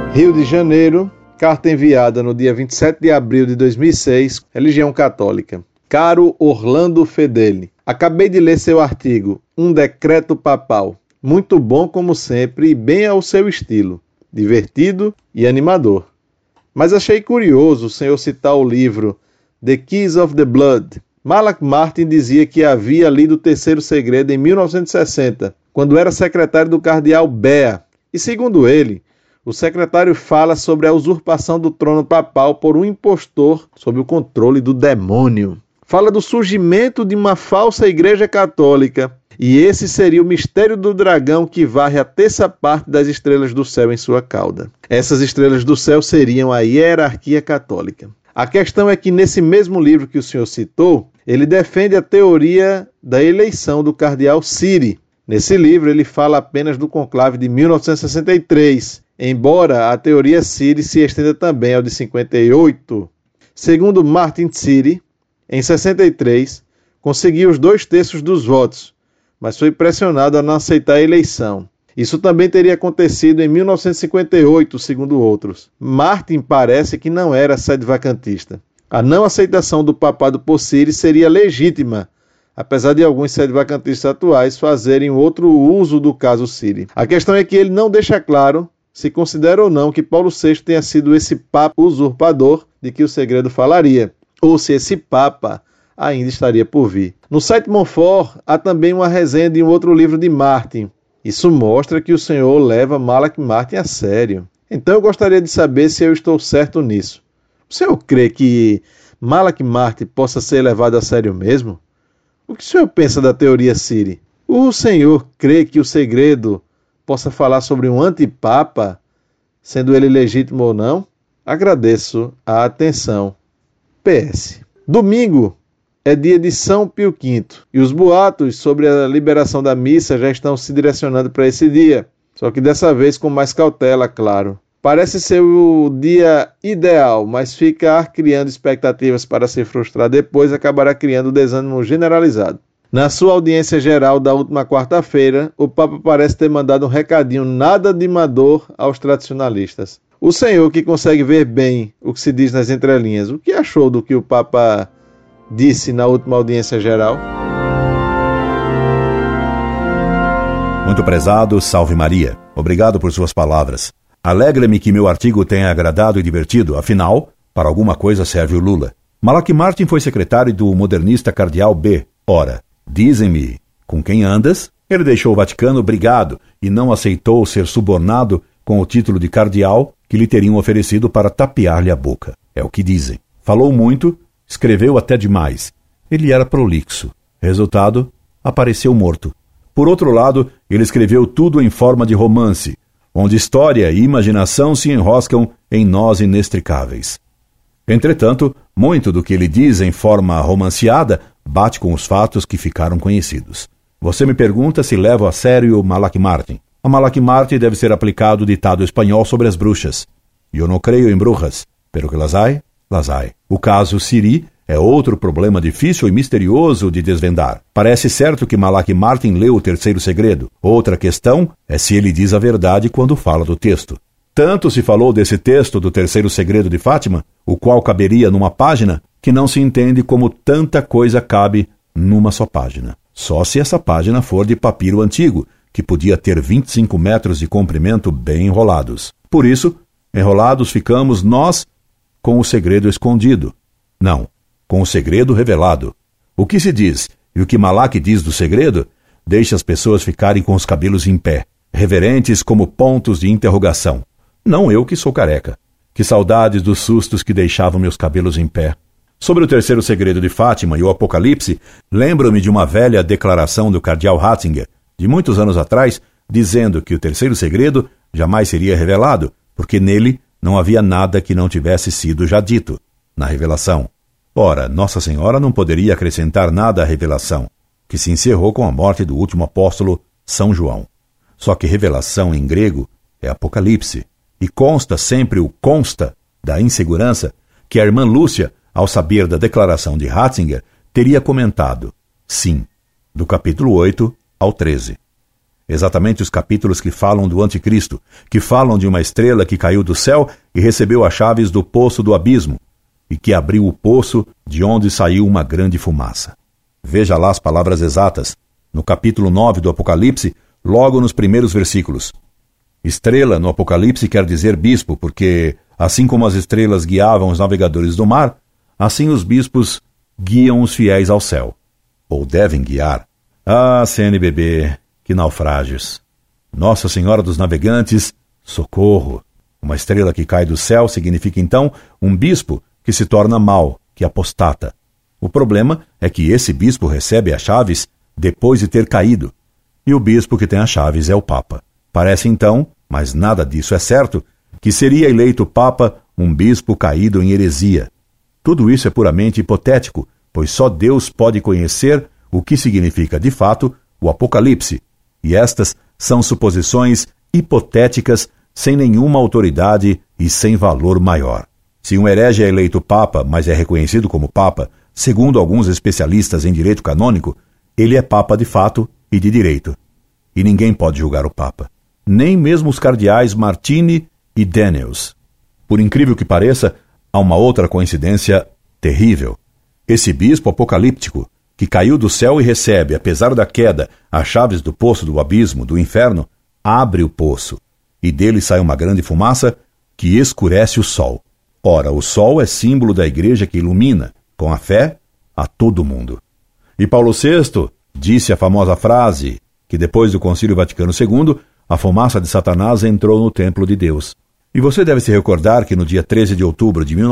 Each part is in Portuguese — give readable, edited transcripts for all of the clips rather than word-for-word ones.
Rio de Janeiro, carta enviada no dia 27 de abril de 2006, religião católica. Caro Orlando Fedeli, acabei de ler seu artigo, Um Decreto Papal. Muito bom como sempre e bem ao seu estilo, divertido e animador. Mas achei curioso o senhor citar o livro The Keys of the Blood. Malak Martin dizia que havia lido o Terceiro Segredo em 1960, quando era secretário do cardeal Bea. E segundo ele, o secretário fala sobre a usurpação do trono papal por um impostor sob o controle do demônio. Fala do surgimento de uma falsa igreja católica, e esse seria o mistério do dragão que varre a terça parte das estrelas do céu em sua cauda. Essas estrelas do céu seriam a hierarquia católica. A questão é que nesse mesmo livro que o senhor citou, ele defende a teoria da eleição do cardeal Siri. Nesse livro ele fala apenas do conclave de 1963, embora a teoria Siri se estenda também ao de 58. Segundo Martin Siri, em 63, conseguiu os 2/3 dos votos, mas foi pressionado a não aceitar a eleição. Isso também teria acontecido em 1958, segundo outros. Martin parece que não era sedevacantista. A não aceitação do papado por Siri seria legítima, apesar de alguns sedevacantistas atuais fazerem outro uso do caso Siri. A questão é que ele não deixa claro se considera ou não que Paulo VI tenha sido esse papa usurpador de que o segredo falaria, ou se esse papa ainda estaria por vir. No site Monfort há também uma resenha de um outro livro de Martin. Isso mostra que o senhor leva Malak Martin a sério. Então eu gostaria de saber se eu estou certo nisso. O senhor crê que Malak Martin possa ser levado a sério mesmo? O que o senhor pensa da teoria Siri? O senhor crê que o segredo possa falar sobre um antipapa, sendo ele legítimo ou não? Agradeço a atenção. PS. Domingo é dia de São Pio V e os boatos sobre a liberação da missa já estão se direcionando para esse dia, só que dessa vez com mais cautela, claro. Parece ser o dia ideal, mas ficar criando expectativas para se frustrar depois acabará criando desânimo generalizado. Na sua audiência geral da última quarta-feira, o Papa parece ter mandado um recadinho nada animador aos tradicionalistas. O senhor, que consegue ver bem o que se diz nas entrelinhas, o que achou do que o Papa disse na última audiência geral? Muito prezado, salve Maria. Obrigado por suas palavras. Alegra-me que meu artigo tenha agradado e divertido, afinal, para alguma coisa serve o Lula. Malak Martin foi secretário do modernista cardeal B. Ora, dizem-me, com quem andas? Ele deixou o Vaticano brigado e não aceitou ser subornado com o título de cardeal que lhe teriam oferecido para tapear-lhe a boca. É o que dizem. Falou muito, escreveu até demais. Ele era prolixo. Resultado, apareceu morto. Por outro lado, ele escreveu tudo em forma de romance, onde história e imaginação se enroscam em nós inextricáveis. Entretanto, muito do que ele diz em forma romanceada bate com os fatos que ficaram conhecidos. Você me pergunta se levo a sério Malak Martin. A Malak Martin deve ser aplicado o ditado espanhol sobre as bruxas. Eu não creio em brujas, pero que las hay, las hay. O caso Siri é outro problema difícil e misterioso de desvendar. Parece certo que Malak Martin leu o Terceiro Segredo. Outra questão é se ele diz a verdade quando fala do texto. Tanto se falou desse texto do Terceiro Segredo de Fátima, o qual caberia numa página, que não se entende como tanta coisa cabe numa só página. Só se essa página for de papiro antigo, que podia ter 25 metros de comprimento bem enrolados. Por isso, enrolados ficamos nós com o segredo escondido. Não, com o segredo revelado. O que se diz e o que Malak diz do segredo deixa as pessoas ficarem com os cabelos em pé, reverentes como pontos de interrogação. Não eu que sou careca. Que saudades dos sustos que deixavam meus cabelos em pé. Sobre o Terceiro Segredo de Fátima e o Apocalipse, lembro-me de uma velha declaração do cardeal Ratzinger, de muitos anos atrás, dizendo que o Terceiro Segredo jamais seria revelado, porque nele não havia nada que não tivesse sido já dito, na revelação. Ora, Nossa Senhora não poderia acrescentar nada à revelação, que se encerrou com a morte do último apóstolo, São João. Só que revelação em grego é Apocalipse, e consta sempre o consta da insegurança que a irmã Lúcia, ao saber da declaração de Ratzinger, teria comentado, sim, do capítulo 8 ao 13. exatamente os capítulos que falam do anticristo, que falam de uma estrela que caiu do céu e recebeu as chaves do poço do abismo, e que abriu o poço de onde saiu uma grande fumaça. Veja lá as palavras exatas, no capítulo 9 do Apocalipse, logo nos primeiros versículos. Estrela no Apocalipse quer dizer bispo, porque, assim como as estrelas guiavam os navegadores do mar, assim os bispos guiam os fiéis ao céu. Ou devem guiar. Ah, CNBB, que naufrágios! Nossa Senhora dos Navegantes, socorro! Uma estrela que cai do céu significa, então, um bispo que se torna mau, que apostata. O problema é que esse bispo recebe as chaves depois de ter caído. E o bispo que tem as chaves é o Papa. Parece então, mas nada disso é certo, que seria eleito Papa um bispo caído em heresia. Tudo isso é puramente hipotético, pois só Deus pode conhecer o que significa de fato o Apocalipse, e estas são suposições hipotéticas sem nenhuma autoridade e sem valor maior. Se um herege é eleito Papa, mas é reconhecido como Papa, segundo alguns especialistas em direito canônico, ele é Papa de fato e de direito. E ninguém pode julgar o Papa. Nem mesmo os cardeais Martini e Daniels. Por incrível que pareça, há uma outra coincidência terrível. Esse bispo apocalíptico, que caiu do céu e recebe, apesar da queda, as chaves do poço do abismo, do inferno, abre o poço, e dele sai uma grande fumaça que escurece o sol. Ora, o sol é símbolo da igreja que ilumina, com a fé, a todo mundo. E Paulo VI disse a famosa frase que depois do Concílio Vaticano II, a fumaça de Satanás entrou no templo de Deus. E você deve se recordar que no dia 13 de outubro de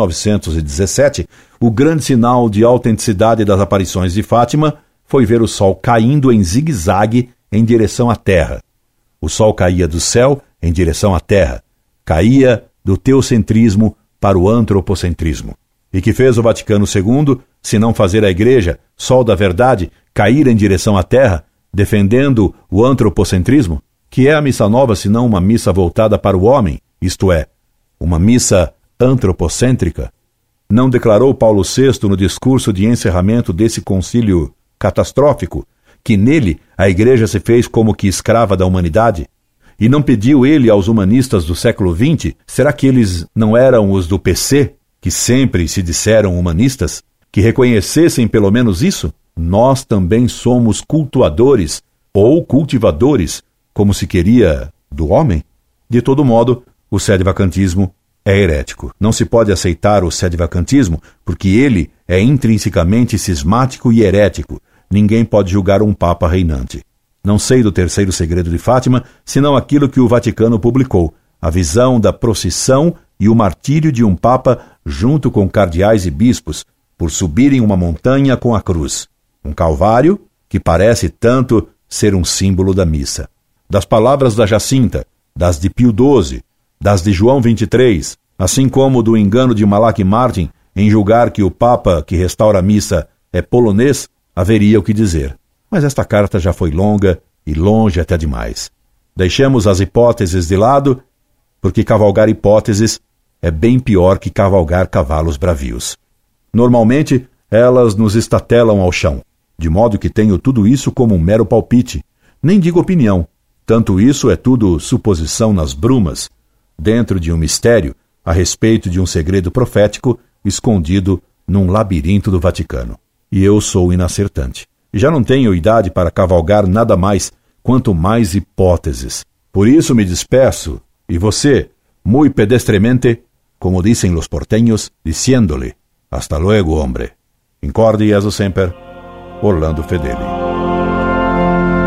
1917, o grande sinal de autenticidade das aparições de Fátima foi ver o sol caindo em zigue-zague em direção à terra. O sol caía do céu em direção à terra, caía do teocentrismo para o antropocentrismo. E que fez o Vaticano II, se não fazer a Igreja, sol da verdade, cair em direção à terra, defendendo o antropocentrismo? Que é a missa nova senão uma missa voltada para o homem, isto é, uma missa antropocêntrica? Não declarou Paulo VI no discurso de encerramento desse concílio catastrófico que nele a Igreja se fez como que escrava da humanidade? E não pediu ele aos humanistas do século XX, será que eles não eram os do PC, que sempre se disseram humanistas, que reconhecessem pelo menos isso? Nós também somos cultuadores ou cultivadores, como se queria, do homem? De todo modo, o sedevacantismo é herético. Não se pode aceitar o sedevacantismo porque ele é intrinsecamente cismático e herético. Ninguém pode julgar um papa reinante. Não sei do terceiro segredo de Fátima, senão aquilo que o Vaticano publicou, a visão da procissão e o martírio de um papa junto com cardeais e bispos, por subirem uma montanha com a cruz. Um calvário que parece tanto ser um símbolo da missa. Das palavras da Jacinta, das de Pio XII, das de João XXIII, assim como do engano de Malaki Martin em julgar que o Papa que restaura a missa é polonês, haveria o que dizer. Mas esta carta já foi longa e longe até demais. Deixemos as hipóteses de lado, porque cavalgar hipóteses é bem pior que cavalgar cavalos bravios. Normalmente, elas nos estatelam ao chão, de modo que tenho tudo isso como um mero palpite. Nem digo opinião. Tanto isso é tudo suposição nas brumas, dentro de um mistério, a respeito de um segredo profético escondido num labirinto do Vaticano. E eu sou inacertante. E já não tenho idade para cavalgar nada mais, quanto mais hipóteses. Por isso me despeço, e você, muy pedestremente, como dicen los porteños, diciéndole, hasta luego, hombre. Incorde Jesus Semper, Orlando Fedeli.